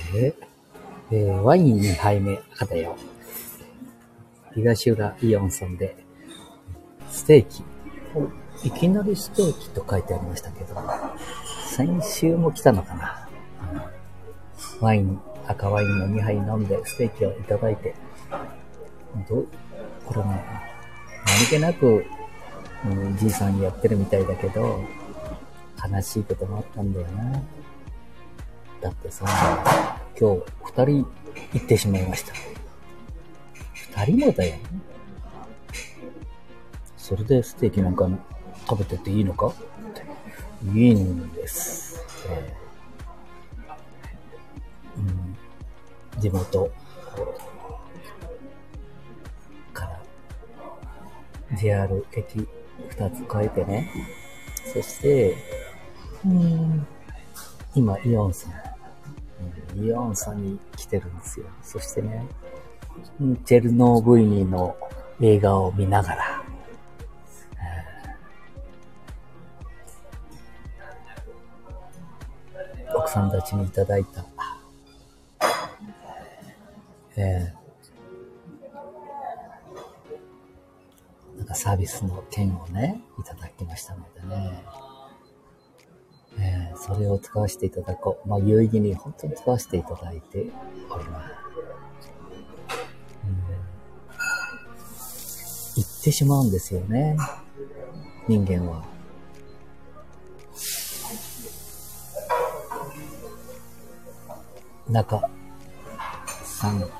で、ワイン2杯目、赤だよ。東浦イオンさんで、ステーキ。いきなりステーキと書いてありましたけど、先週も来たのかな。赤ワインを2杯飲んで、ステーキをいただいて、これね、何気なく、じいさんやってるみたいだけど、悲しいこともあったんだよな。だってさ、今日2人行ってしまいました。2人もだよ。それでステーキなんか食べてていいのか？いいんです。地元から JR 駅2つ越えてね。そして、今イオンさんに来てるんですよ。そしてね、チェルノーブイリの映画を見ながら、奥さんたちにいただいた、なんかサービスの券をね、いただきましたのでね、それを使わせていただこう。有意義に本当に使わせていただいております。言ってしまうんですよね、人間は。中さん、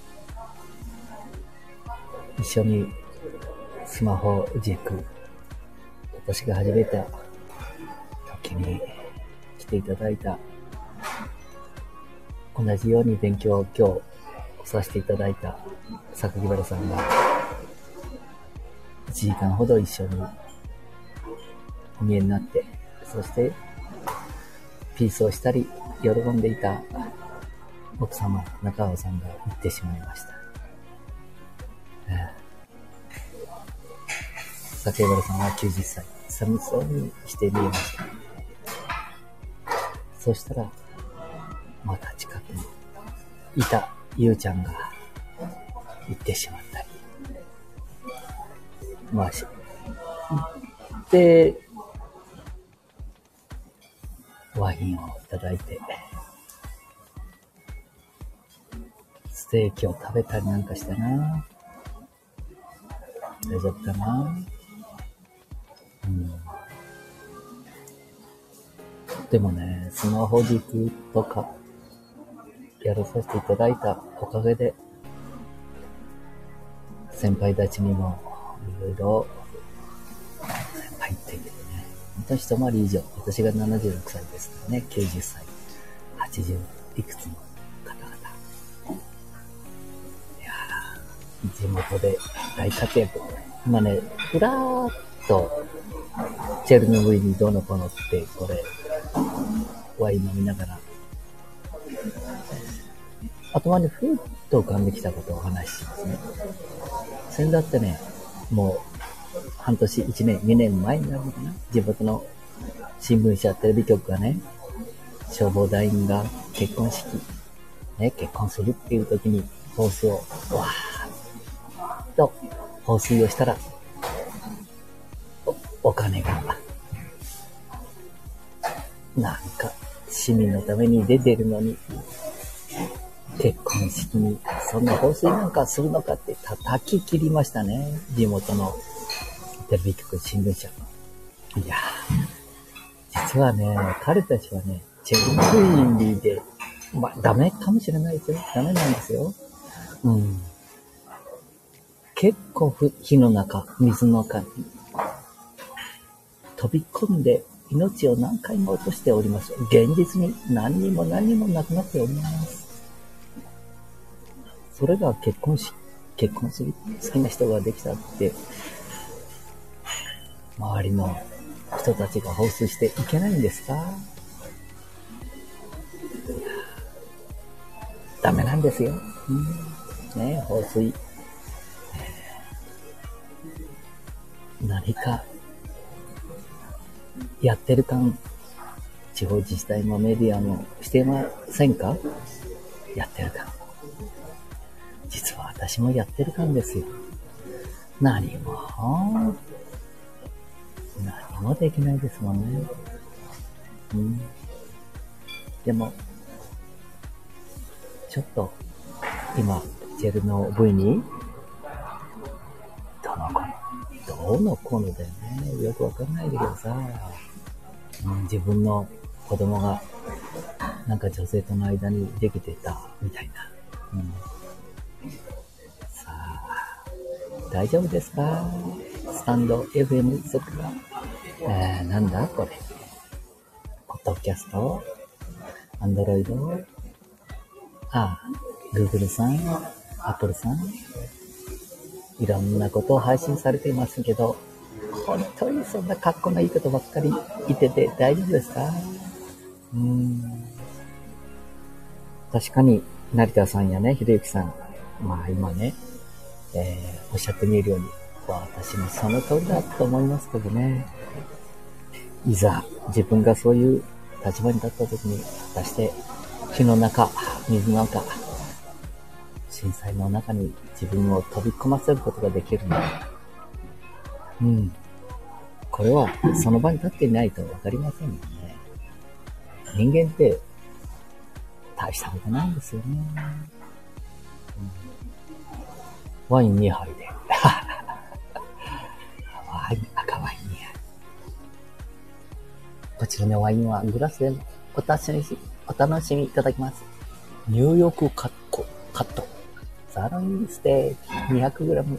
一緒にスマホ塾、私が始めた時に来ていただいた、同じように勉強を今日させていただいた榊原さんが1時間ほど一緒にお見えになって、そしてピースをしたり喜んでいた奥様中尾さんが行ってしまいました。榊原さんは90歳、寒そうにして見えました。そしたらまた近くにいたゆうちゃんが行ってしまったり、でワインをいただいてステーキを食べたりなんかしてな。大丈夫かな。でもね、スマホ塾とかやらさせていただいたおかげで、先輩たちにもいろいろ、先輩って言ってね、本当に一回り以上、私が76歳ですからね、90歳、80いくつの方々。いやー、地元で大活躍。今ね、ふらーっと、チェルノブイリどうのこうのって、これ、ワイン飲みながら、頭にふーっと浮かんできたことをお話ししますね。先だってね、もう半年、1年、2年前になるのかな、地元の新聞社、テレビ局がね、消防団員が結婚式、ね、結婚するっていう時にホースをわーっと放水をしたら、お金がなんか市民のために出てるのに、結婚式にそんな放水なんかするのかって叩き切りましたね、地元のテレビ局、新聞社。いやー、実はね、彼たちはね、チェルノブイリで、ダメかもしれないですよ。ダメなんですよ。結構火の中、水の中に飛び込んで命を何回も落としております。現実に何人もなくなっております。それが結婚する好きな人ができたって、周りの人たちが放水していけないんですか？ダメなんですよ。ね、放水。何かやってる感、地方自治体もメディアもしてませんか？ やってるか。実は私もやってるかんですよ。何もできないですもんね。でも、ちょっと、今、チェルノブイに、どうのこうのだよね。よくわかんないけどさ、自分の子供が、なんか女性との間にできてた、みたいな。さあ、大丈夫ですか？スタンド FM そっか。なんだこれ。ポッドキャスト？アンドロイド？Google さん？Apple さん？いろんなことを配信されていますけど、本当にそんな格好のいいことばっかり言ってて大丈夫ですか？確かに、成田さんやね、ひろゆきさん、今ね、おっしゃってみるように、私もその通りだと思いますけどね。いざ自分がそういう立場に立った時に、果たして火の中、水の中、震災の中に自分を飛び込ませることができるのか。これはその場に立っていないとわかりませんよね。人間って大したことないんですよね。ワイン2杯で。赤ワイン2杯。こちらのワインはグラスでお楽しみいただきます。ニューヨークカット。サーロインステーキ 200g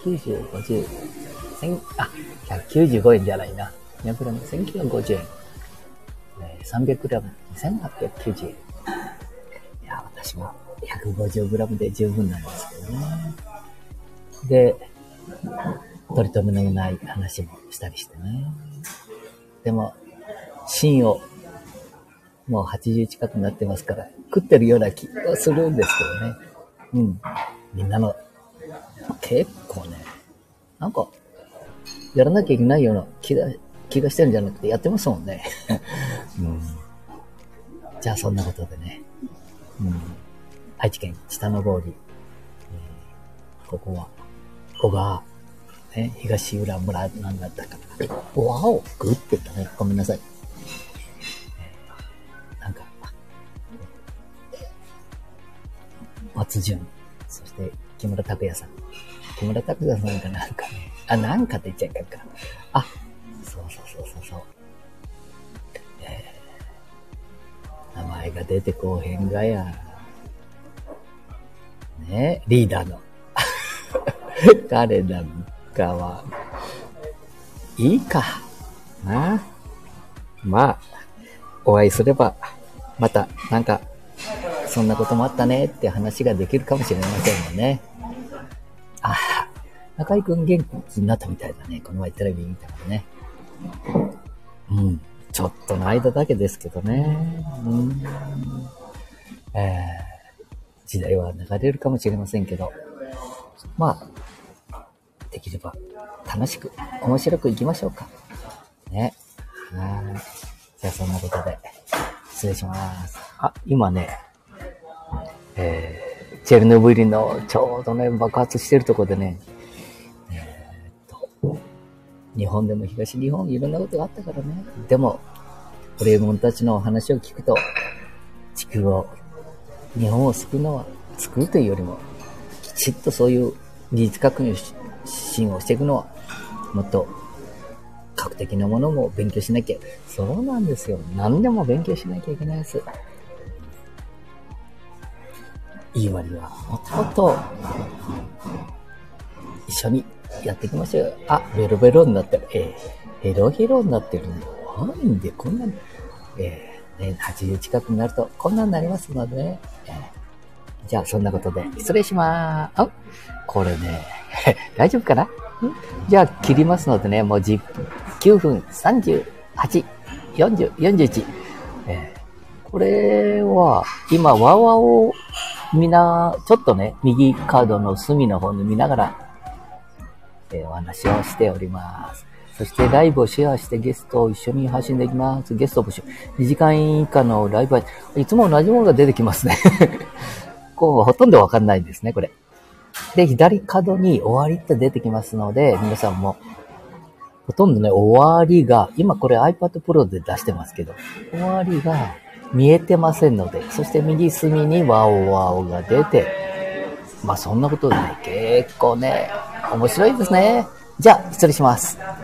195円じゃないな。200g 1950円。300g 2890円。いや、私も 150g で十分なんですけどね。で、取り留めのない話もしたりしてね。でも、芯をもう80近くなってますから、食ってるような気がするんですけどね。みんなの、結構ね、なんか、やらなきゃいけないような気がしてるんじゃなくて、やってますもんね。じゃあ、そんなことでね。愛知県北の郡、ここは、小川、東浦村なんだったかな。わお、グッて言ったね。ごめんなさい。なんか、松潤、そして木村拓哉さん。木村拓哉さんがなんかね、なんかって言っちゃいかんか。そう。名前が出てこうへんがや。ね、リーダーの。彼なんかは、いいか。な。お会いすれば、また、なんか、そんなこともあったねって話ができるかもしれませんよね。中井くん元気になったみたいだね。この前テレビ見たからね。ちょっとの間だけですけどね。時代は流れるかもしれませんけど、できれば楽しく、面白くいきましょうか。ね。じゃあそんなことで、失礼します。今ね、チェルノブイリのちょうどね、爆発してるとこでね、日本でも東日本いろんなことがあったからね。でも、ホリエモンたちの話を聞くと、地球を、日本を救うというよりも、きちっとそういう技術革新をしていくのは、もっと、科学的なものも勉強しなきゃ。そうなんですよ。何でも勉強しなきゃいけないです。いい割は、もっと、一緒にやっていきましょうよ。ベロベロになってる。ヘロヘロになってるね。なんでこんなに、80近くになるとこんなになりますのでね。じゃあそんなことで失礼しまーす。これね、大丈夫かな？じゃあ切りますのでね、もう9分38、40、41。これは今ワーワーをちょっとね、右カードの隅の方に見ながら、お話をしております。 そしてライブをシェアしてゲストを一緒に配信できます。ゲスト募集。2時間以下のライブいつも同じものが出てきますね。こう、ほとんどわかんないんですね、これ。で、左角に終わりって出てきますので、皆さんも、ほとんどね、終わりが、今これ iPad Pro で出してますけど、終わりが見えてませんので、そして右隅にワオワオが出て、まあそんなことでね、結構ね、面白いですね。じゃあ、失礼します。